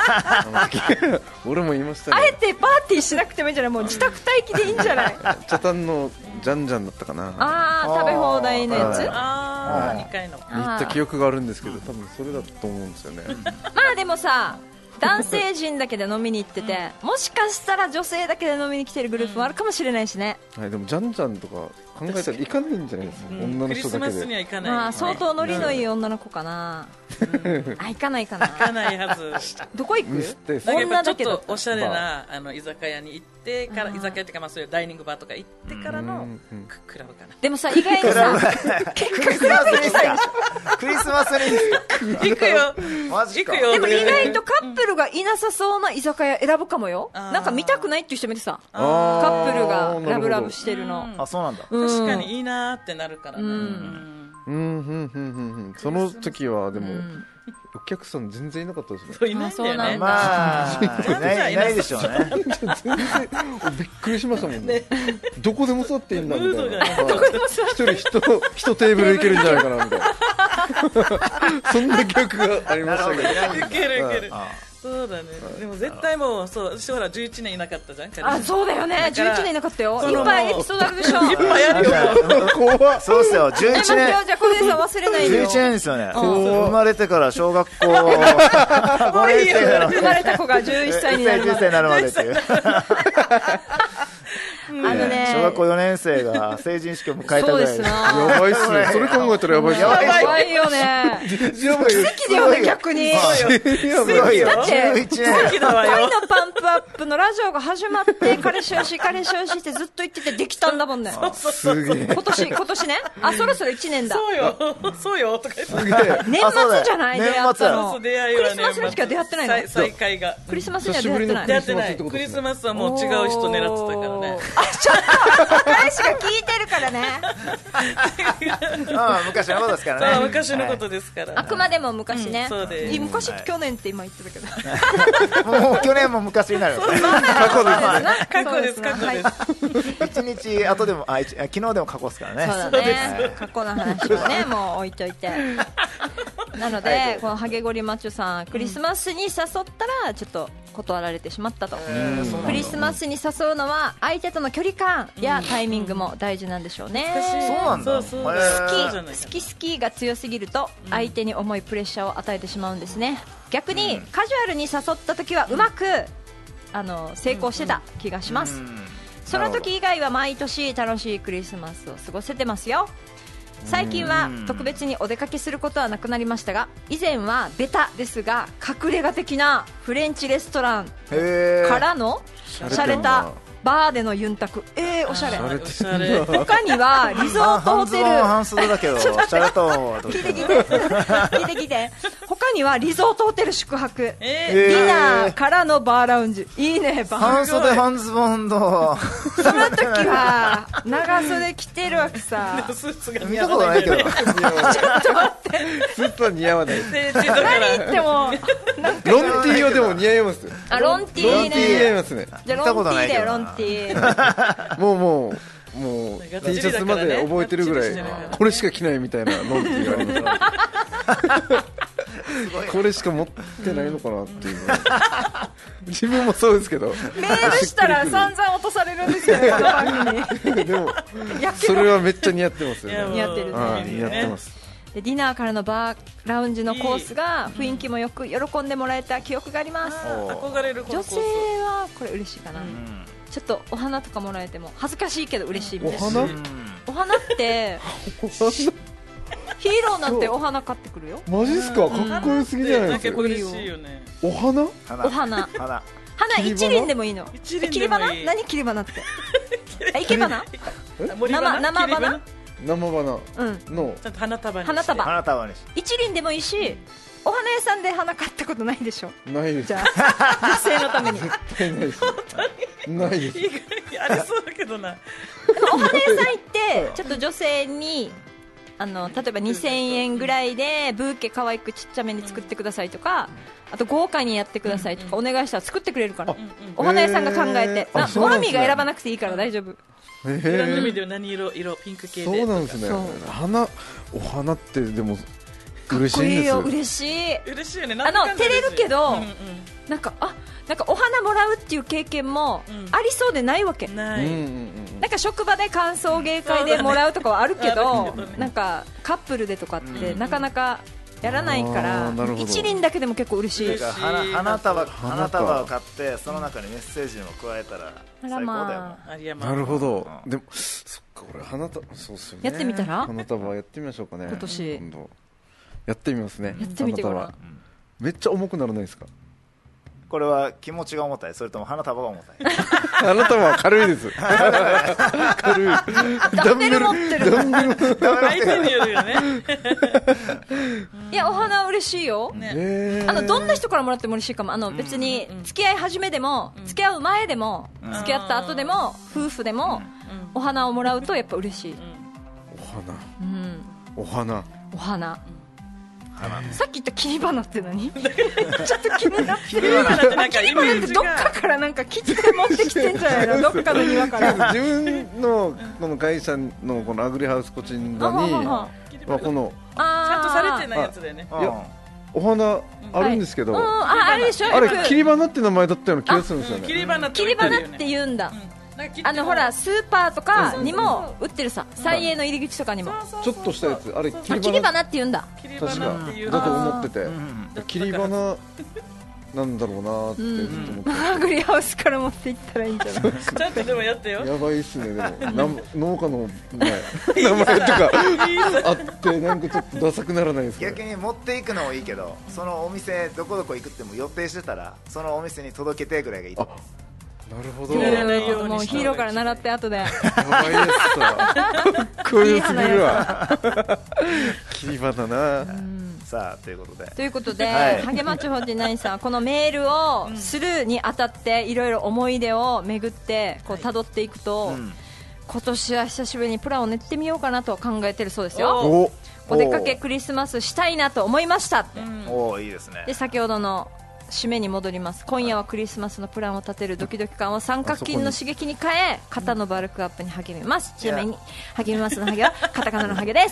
俺も言いましたね。 あえてパーティーしなくてもいいんじゃない、もう自宅待機でいいんじゃない。 チャタンのジャンジャンだったかな。 食べ放題のやつ。 2回の行った記憶があるんですけど多分それだと思うんですよね。 まあでもさ男性陣だけで飲みに行ってて、もしかしたら女性だけで飲みに来てるグループもあるかもしれないしね。 はい、でもジャンジャンとか考えたら行かないんじゃないですか、女の人だけで。クリスマスには行かない、 まあ、相当ノリのいい女の子かな。行かないかな。 行かないはず。 どこ行く？ 女だけどちょっとおしゃれな居酒屋に行ってから、居酒屋っていうかまあそういうダイニングバーとか行ってからのクラブかな。 でもさ意外にさ結局クラブにさクリスマスに行くよ。 マジか。 でも意外とカップルがいなさそうな居酒屋選ぶかもよ。なんか見たくないっていう人見てさ、カップルがラブラブしてるの。 あ、そうなんだ。 確かにいいなーってなるからね。 その時はでもお客さん全然いなかったですね。いないんだよね。 まあいないでしょうね。 びっくりしましたもんね。どこでも座っていいんだみたいな。 どこでも座って一人テーブルいけるんじゃないかなみたいな。そんな記憶がありましたけど。 いけるいける。そうだね。でも絶対もうそう、私ほら11年いなかったじゃん。 あ、そうだよね。11年いなかったよ。いっぱいエピソードあるでしょ。 いっぱいあるよ。 怖っ。そうですよ。11年。 じゃあ小出さん忘れないでよ。 11年ですよね。生まれてから小学校5年生生まれた子が11歳になるまで。 11歳になるまでっていう。小学校4年生が成人式を迎えたぐらいで。 やばいっすね。それ考えたらやばいっすね。 やばいよね。奇跡だよね、逆に。 すごいよ。 だって、愛のパンプアップのラジオが始まって、彼氏をしってずっと言っててできたんだもんね。 すげえ。 今年ね。あ、そろそろ1年だ。 そうよ、とか言って。 年末じゃない？出会ったの。クリスマスにしか出会ってないの？ 再会が。 クリスマスには出会ってない。 出会ってない。クリスマスはもう違う人狙ってたからね。 彼氏が聞いてるからね。 昔のことですからね。 そう、昔のことですから。 あくまでも昔ね。 そうです。 昔って去年って今言ってたけど。 もう去年も昔になる。 過去です。 一日後でも昨日でも過去ですからね。 そうだね。過去の話はねもう置いといて。なのでこのハゲゴリマッチョさんクリスマスに誘ったらちょっと断られてしまったと。クリスマスに誘うのは相手との距離感やタイミングも大事なんでしょうね。 そうなんだ。 好きが強すぎると相手に重いプレッシャーを与えてしまうんですね。逆にカジュアルに誘った時はうまく成功してた気がします。その時以外は毎年楽しいクリスマスを過ごせてますよ。最近は特別にお出かけすることはなくなりましたが、以前はベタですが隠れ家的なフレンチレストランからの洒落たバーでのユンタク、おしゃれ。他にはリゾートホテル、 半袖だけど、 聞いて聞いて。他にはリゾートホテル宿泊、ディナーからのバーラウンジ。いいね、バー。 半袖半ズボンと。 その時は長袖着てるわけさ。 見たことないけど。ちょっと待って。 スーツは似合わない。 何言ってもロンティーはでも似合いますよ。 ロンティーね。 似合いますね。 じゃあロンティーだよ、ロンティー。 もう T シャツまで覚えてるぐらいこれしか着ないみたいなロンティーがあります。これしか持ってないのかなっていう。自分もそうですけど。 メールしたら散々落とされるんですよね、この番組。 でもそれはめっちゃ似合ってますよね。 似合ってるね。 似合ってます。 でディナーからのバーラウンジのコースが雰囲気もよく喜んでもらえた記憶があります。 憧れる女性はこれ嬉しいかな。ちょっとお花とかもらえても恥ずかしいけど嬉しいみたいな。お花ってヒーローなんてお花買ってくるよ。 マジっすか。かっこよすぎじゃないですか。お花一輪でもいいの。切り花？何切り花って。生け花？生花の花束に一輪でもいいし、お花屋さんで花買ったことないでしょ。 ないです。 じゃあ女性のために絶対ないです。ないです。 ありそうだけどな。 お花屋さん行ってちょっと女性に例えば2000円ぐらいでブーケ可愛くちっちゃめに作ってくださいとか、あと豪華にやってくださいとかお願いしたら作ってくれるから。お花屋さんが考えて、モロミーが選ばなくていいから大丈夫。 いろんな意味で何色ピンク系で。 そうなんですね。お花ってでも嬉しいんですよ。 嬉しいよね。 照れるけど、なんかお花もらうっていう経験もありそうでないわけ。なんか職場で歓送迎会でもらうとかはあるけど、なんかカップルでとかってなかなかやらないから、一輪だけでも結構嬉しい。 花束を買ってその中にメッセージも加えたら最高だよ。 なるほど。でもそっか、俺花束そうっすよね。 やってみたら？ 花束やってみましょうかね。 今年今度やってみますね。 やってみてごらん。 めっちゃ重くならないですか？ これは気持ちが重たい、それとも花束が重たい？ 花束は軽いです。軽い。 ダンベル持ってる。 相手によるよね。 いや、お花嬉しいよ。どんな人からもらっても嬉しいかも。別に付き合い始めでも付き合う前でも付き合った後でも夫婦でもお花をもらうとやっぱ嬉しい。お花。さっき言った切り花って何？ちょっと気になってる。切り花ってどっかからなんか切って持ってきてんじゃないの？どっかの庭から。 自分のこの会社のこのアグリハウスコチンダにこのちゃんとされてないやつだよね。 いやお花あるんですけど、 あれでしょ。 あれ切り花って名前だったような気がするんですよね。 切り花って言うんだ。ほらスーパーとかにも売ってるさ、菜園の入り口とかにもちょっとしたやつ、あれ切り花って言うんだ。 確かだと思ってて、切り花なんだろうなってずっと思って。 アグリハウスから持っていったらいいんじゃない？ ちゃんとでもやってよ。 やばいっすね。でも農家の名前とかあってなんかちょっとダサくならないですか？ 逆に持っていくのもいいけど、そのお店どこどこ行くっても予定してたらそのお店に届けてぐらいがいいと。 なるほど。 もうヒーローから習って後でやばいですかこういうすぎるわ切り場だな。 さあということで、ハゲマッチ49さん、このメールをするにあたっていろいろ思い出を巡ってこう辿っていくと、今年は久しぶりにプランを練ってみようかなと考えてるそうですよ。お出かけクリスマスしたいなと思いましたって。 いいですね。 で先ほどの締めに戻ります。今夜はクリスマスのプランを立てるドキドキ感を三角筋の刺激に変え、肩のバルクアップに励みます。ちなみに励みますのハゲはカタカナのハゲです。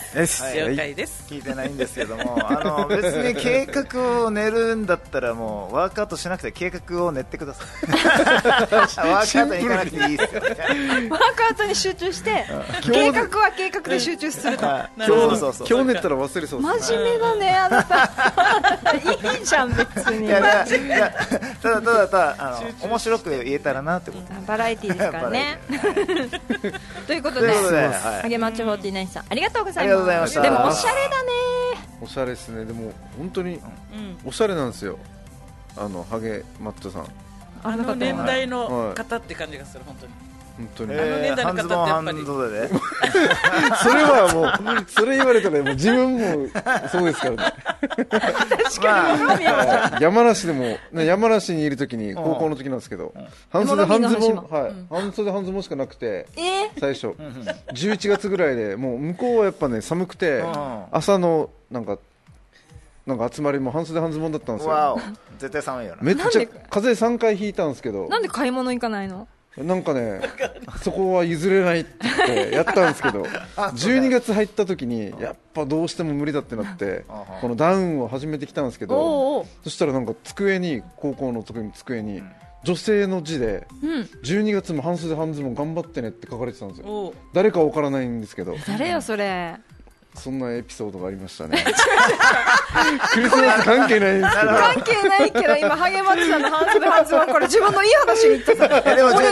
了解です。 聞いてないんですけども、別に計画を練るんだったらもうワークアウトしなくて計画を練ってください。ワークアウトに行かなくていいですよ。ワークアウトに集中して計画は計画で集中すると。 今日練ったら忘れそう。 真面目だねあなた。いいじゃん別に。 ただ面白く言えたらなってこと。 バラエティーですからね。ということで、ハゲマッチ49さんありがとうございます。でもおしゃれだね。 おしゃれですね。でも本当におしゃれなんですよ。ハゲマッチョさん。 あの年代の方って感じがする本当に。 本当に年代の方ってやっぱりそれはもうそれ言われたらもう自分もそうですからね。 確かに山梨でも山梨にいる時に高校の時なんですけど、半袖半ズボン半袖半ズボンしかなくて、最初11月ぐらいでもう向こうはやっぱね寒くて朝のなんか集まりも半袖半ズボンだったんですよ。 絶対寒いよな。 めっちゃ風邪3回ひいたんですけど、 なんで買い物行かないの？ なんかねそこは譲れないって言ってやったんですけど12月入った時にやっぱどうしても無理だってなってこのダウンを始めてきたんですけど、そしたらなんか机に高校の時に机に女性の字で12月も半袖半ズボン頑張ってねって書かれてたんですよ。誰かわからないんですけど。 誰よそれ。 そんなエピソードがありましたね。クリスマス関係ないんですけど。 関係ないけど今ハゲマッチさんの半袖半ズボンこれ自分のいい話に言ってた。 でも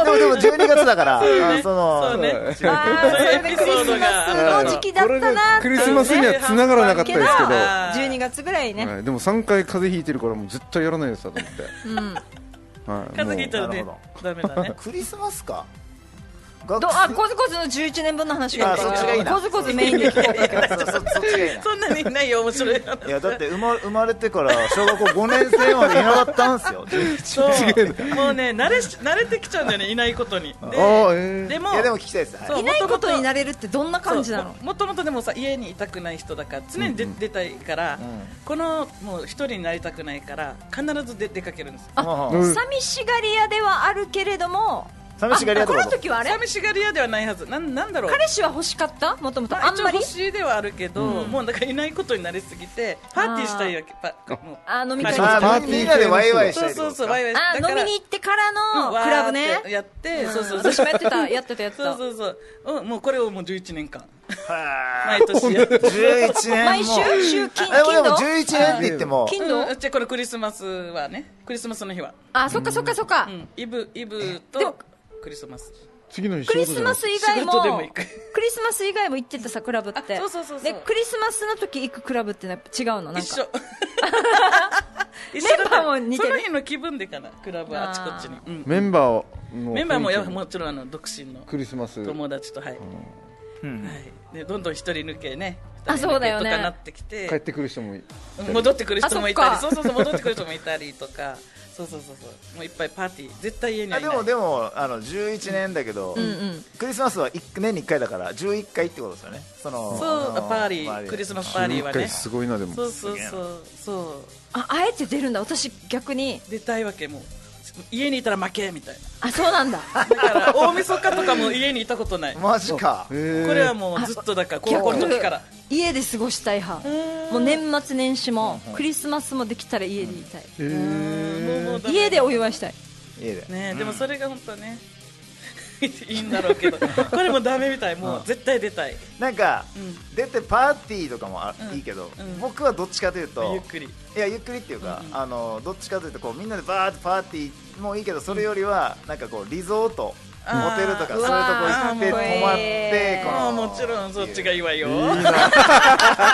12月だからそうね。 それでクリスマスの時期だったな。 クリスマスには繋がらなかったですけど 12月ぐらいね。 でも3回風邪ひいてるからもう絶対やらないですと思って。 風邪ひいたらねダメだね。 クリスマスか。 コズコズの11年分の話がコズコズメインで聞こうだけどそんなにないよ面白い。 いやだって生まれてから小学校5年生までいなかったんですよ。 もうね慣れてきちゃうんだよねいないことに。 でも聞きたいです。 いないことになれるってどんな感じなの？ もともとでもさ家にいたくない人だから常に出たいからこのもう一人になりたくないから必ず出かけるんですよ。 寂しがり屋ではあるけれども。 寂しがり屋この時はあれ寂しがり屋ではないはず。なんだろう。 彼氏は欲しかった？もともとあんまり欲しいではあるけど、もうだからいないことになりすぎてパーティーしたいわけ。 飲み会みんなでワイワイしたい。 そうワイワイ。 飲みに行ってからのクラブね。 やって私もやってた。 そうもうこれをもう11年間毎年やって 11年毎週金土。 でも11年って言っても金土。 じゃこれクリスマスはねクリスマスの日はそっかそっか。 イブとクリスマス次の日クリスマス以外も行ってたさクラブって。 そうでクリスマスの時行くクラブって違うの？なんか一緒メンバーも似てる。 その日の気分でかなクラブはあちこちに。 メンバーももちろん独身のクリスマス友達とでどんどん一人抜けね。 そうだよね。 とかなってきて帰ってくる人も戻ってくる人もいたり戻ってくる人もいたりとか。そうもういっぱいパーティー絶対家にはいないでも11年だけどクリスマスは年に1回だから11回ってことですよね。 そうパーリークリスマスパーリーはねすごいな。でもそうあえて出るんだ。私逆に出たいわけ。もう家にいたら負けみたいな。 そうなんだ。 だから大晦日とかも家にいたことない。 マジか。 これはもうずっとだから高校の時から家で過ごしたい派。もう年末年始もクリスマスもできたら家でいたい。家でお祝いしたい。 でもそれが本当ねいいんだろうけどこれもダメみたい。もう絶対出たい。 なんか出てパーティーとかもいいけど僕はどっちかというとゆっくりっていうかどっちかというとみんなでバーッとパーティーもいいけどそれよりはなんかリゾートホテルとかそういうとこ行って泊まってもちろんそっちがいいわよ。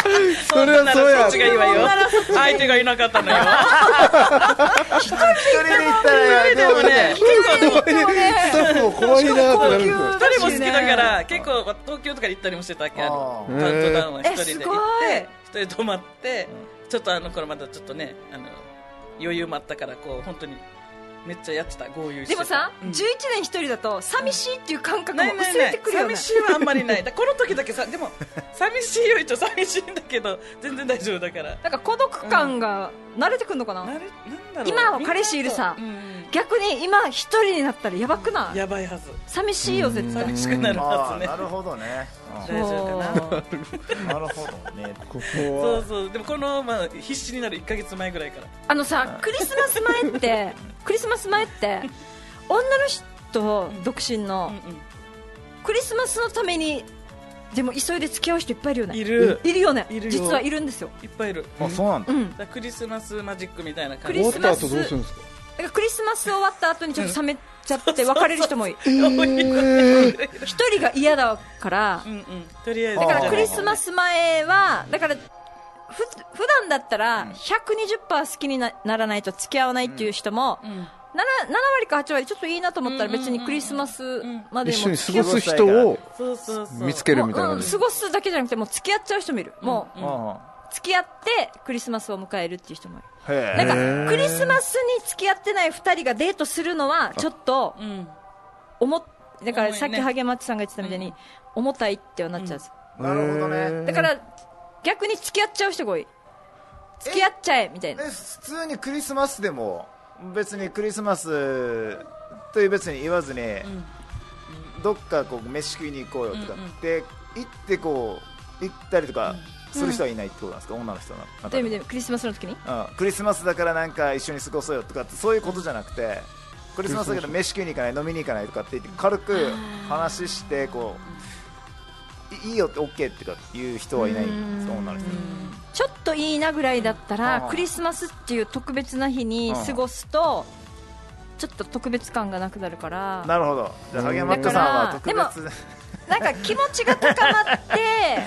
それはそうや。 そっちがいいわよ。相手がいなかったのよ。 一人で行ったらでもね、 スタッフも怖いなってなるんですよ。 一人も好きだから結構東京とかに行ったりもしてたわけ。カウントダウンは一人で行って一人で泊まってちょっと頃まだちょっとね余裕もあったからこう本当にめっちゃやってた豪遊して。 でもさ、11年一人だと寂しいっていう感覚も薄れてくるよね。 寂しいはあんまりない。この時だけさ、でも寂しいよ一応寂しいんだけど全然大丈夫だから。 なんか孤独感が慣れてくるのかな。今は彼氏いるさ、逆に今一人になったらやばくない？ やばいはず。 寂しいよ絶対。 寂しくなるはずね。 なるほどね。 大丈夫かな。なるほどね。 ここは。そうでもこの必死になる1ヶ月前ぐらいから。 さクリスマス前って女の人独身のクリスマスのためにでも急いで付き合う人いっぱいいるよね。いるよね。実はいるんですよ。 いっぱいいる。 あ、そうなんだ。 クリスマスマジックみたいな感じ。 終わった後どうするんですか？ クリスマス終わった後にちょっと冷めちゃって別れる人もいる。一人が嫌だから、 とりあえずだからクリスマス前はだから普段だったら 120% 好きにならないと付き合わないっていう人も、7割か8割ちょっといいなと思ったら別にクリスマスまでも一緒に過ごす人を見つけるみたいな。 過ごすだけじゃなくてもう付き合っちゃう人もいる。もう付き合ってクリスマスを迎えるっていう人もいる。なんかクリスマスに付き合ってない2人がデートするのはちょっとだからさっきハゲマッチさんが言ってたみたいに重たいってはなっちゃう。 なるほどね。 だから逆に付き合っちゃう人が多い。付き合っちゃえみたいな。 普通にクリスマスでも別にクリスマスという別に言わずに、どっかこう飯食いに行こうよとかって行ってこう行ったりとかする人はいないってことなんですか？女の人の中で。 でクリスマスの時に、 クリスマスだからなんか一緒に過ごそうよとかってそういうことじゃなくて、クリスマスだけど飯食いに行かない、飲みに行かないとかって言って軽く話してこういいよって OK ってかいう人はいないんですか？女の人。 ちょっといいなぐらいだったら、クリスマスっていう特別な日に過ごすとちょっと特別感がなくなるから。 なるほど。じゃあハゲマットさんは特別。 でもなんか気持ちが高まって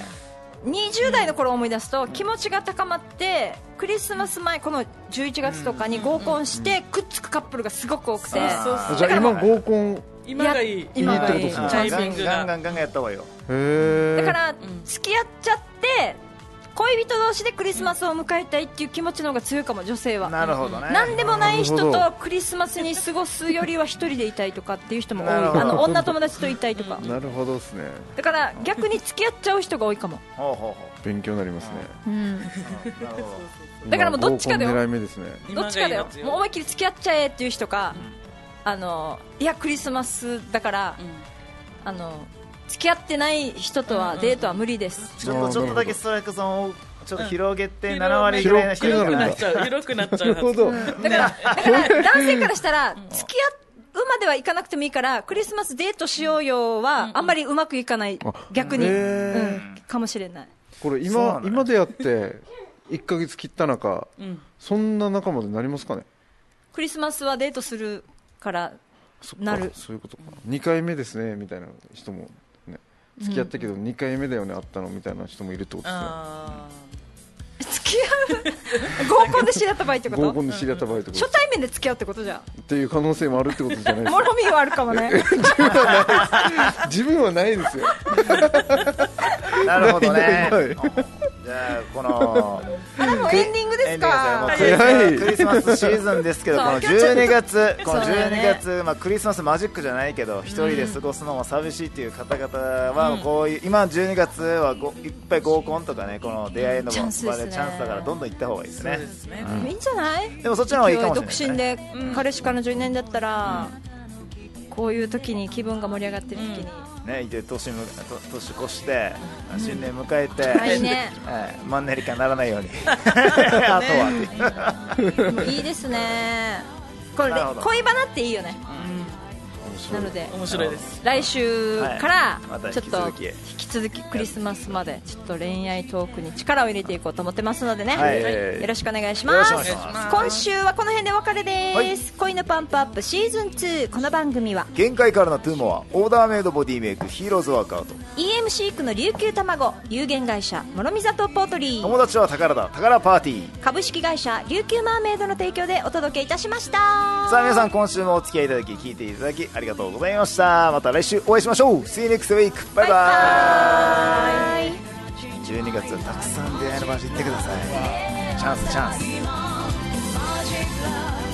20代の頃を思い出すと気持ちが高まってクリスマス前この11月とかに合コンしてくっつくカップルがすごく多くて。じゃあ今合コン今がいい。 今がいい。 ガンガンやった方がいいよ。 だから付き合っちゃって恋人同士でクリスマスを迎えたいっていう気持ちの方が強いかも、女性は。 なるほどね。 何でもない人とクリスマスに過ごすよりは一人でいたいとかっていう人も多い。女友達といたいとか。 なるほどですね。 だから逆に付き合っちゃう人が多いかも。 勉強になりますね。 だからもうどっちかだよ。 狙い目ですね。 どっちかだよ。もう思いっきり付き合っちゃえっていう人か、いやクリスマスだから付き合ってない人とはデートは無理です。 ちょっとだけストライクゾーンをちょっと広げて7割ぐらいの人が広くなっちゃう。広くなっちゃう。 なるほど。 だから男性からしたら付き合うまではいかなくてもいいからクリスマスデートしようよはあんまりうまくいかない。逆にかもしれない。 これ今でやって1ヶ月切った中、そんな仲までなりますかね？ クリスマスはデートするからなる。 そういうことか。2回目ですねみたいな人もね、付き合ったけど2回目だよね会ったのみたいな人もいるってことですね。 付き合う合コンで知り合った場合ってこと？ 合コンで知り合った場合ってこと。 初対面で付き合うってことじゃんっていう可能性もあるってことじゃないですか。 もろみはあるかもね。 自分はないですよ。 なるほどね。じゃあこのもうエンディングですか？ クリスマスシーズンですけど、この12月クリスマスマジックじゃないけど一人で過ごすのも寂しいっていう方々はこういう今12月はいっぱい合コンとかね、この出会いの場でチャンスだからどんどん行った方がいいですね。 いいんじゃない？ でもそっちの方がいいかもしれない。 独身で彼氏彼女いないんだったらこういう時に気分が盛り上がってる時にね、年越して新年迎えて、マンネリ化ならないようにあとはいいですね。これ恋バナっていいよね。 面白なので面白いです。 来週からちょっと引き続きクリスマスまでちょっと恋愛トークに力を入れていこうと思ってますのでね、よろしくお願いします。今週はこの辺でお別れです。恋のパンプアップシーズン2。この番組は限界からのトゥーモア、オーダーメイドボディメイクヒーローズワークアウト、 EMC 区の琉球卵、有限会社諸見里ポートリー、 友達は宝だ宝パーティー、 株式会社琉球マーメイドの提供でお届けいたしました。 さあ皆さん、今週もお付き合いいただき聞いていただきありがとうございました。また来週お会いしましょう。 See you next week. バイバイ。12月たくさん出会いの場所行ってください。チャンスチャンス。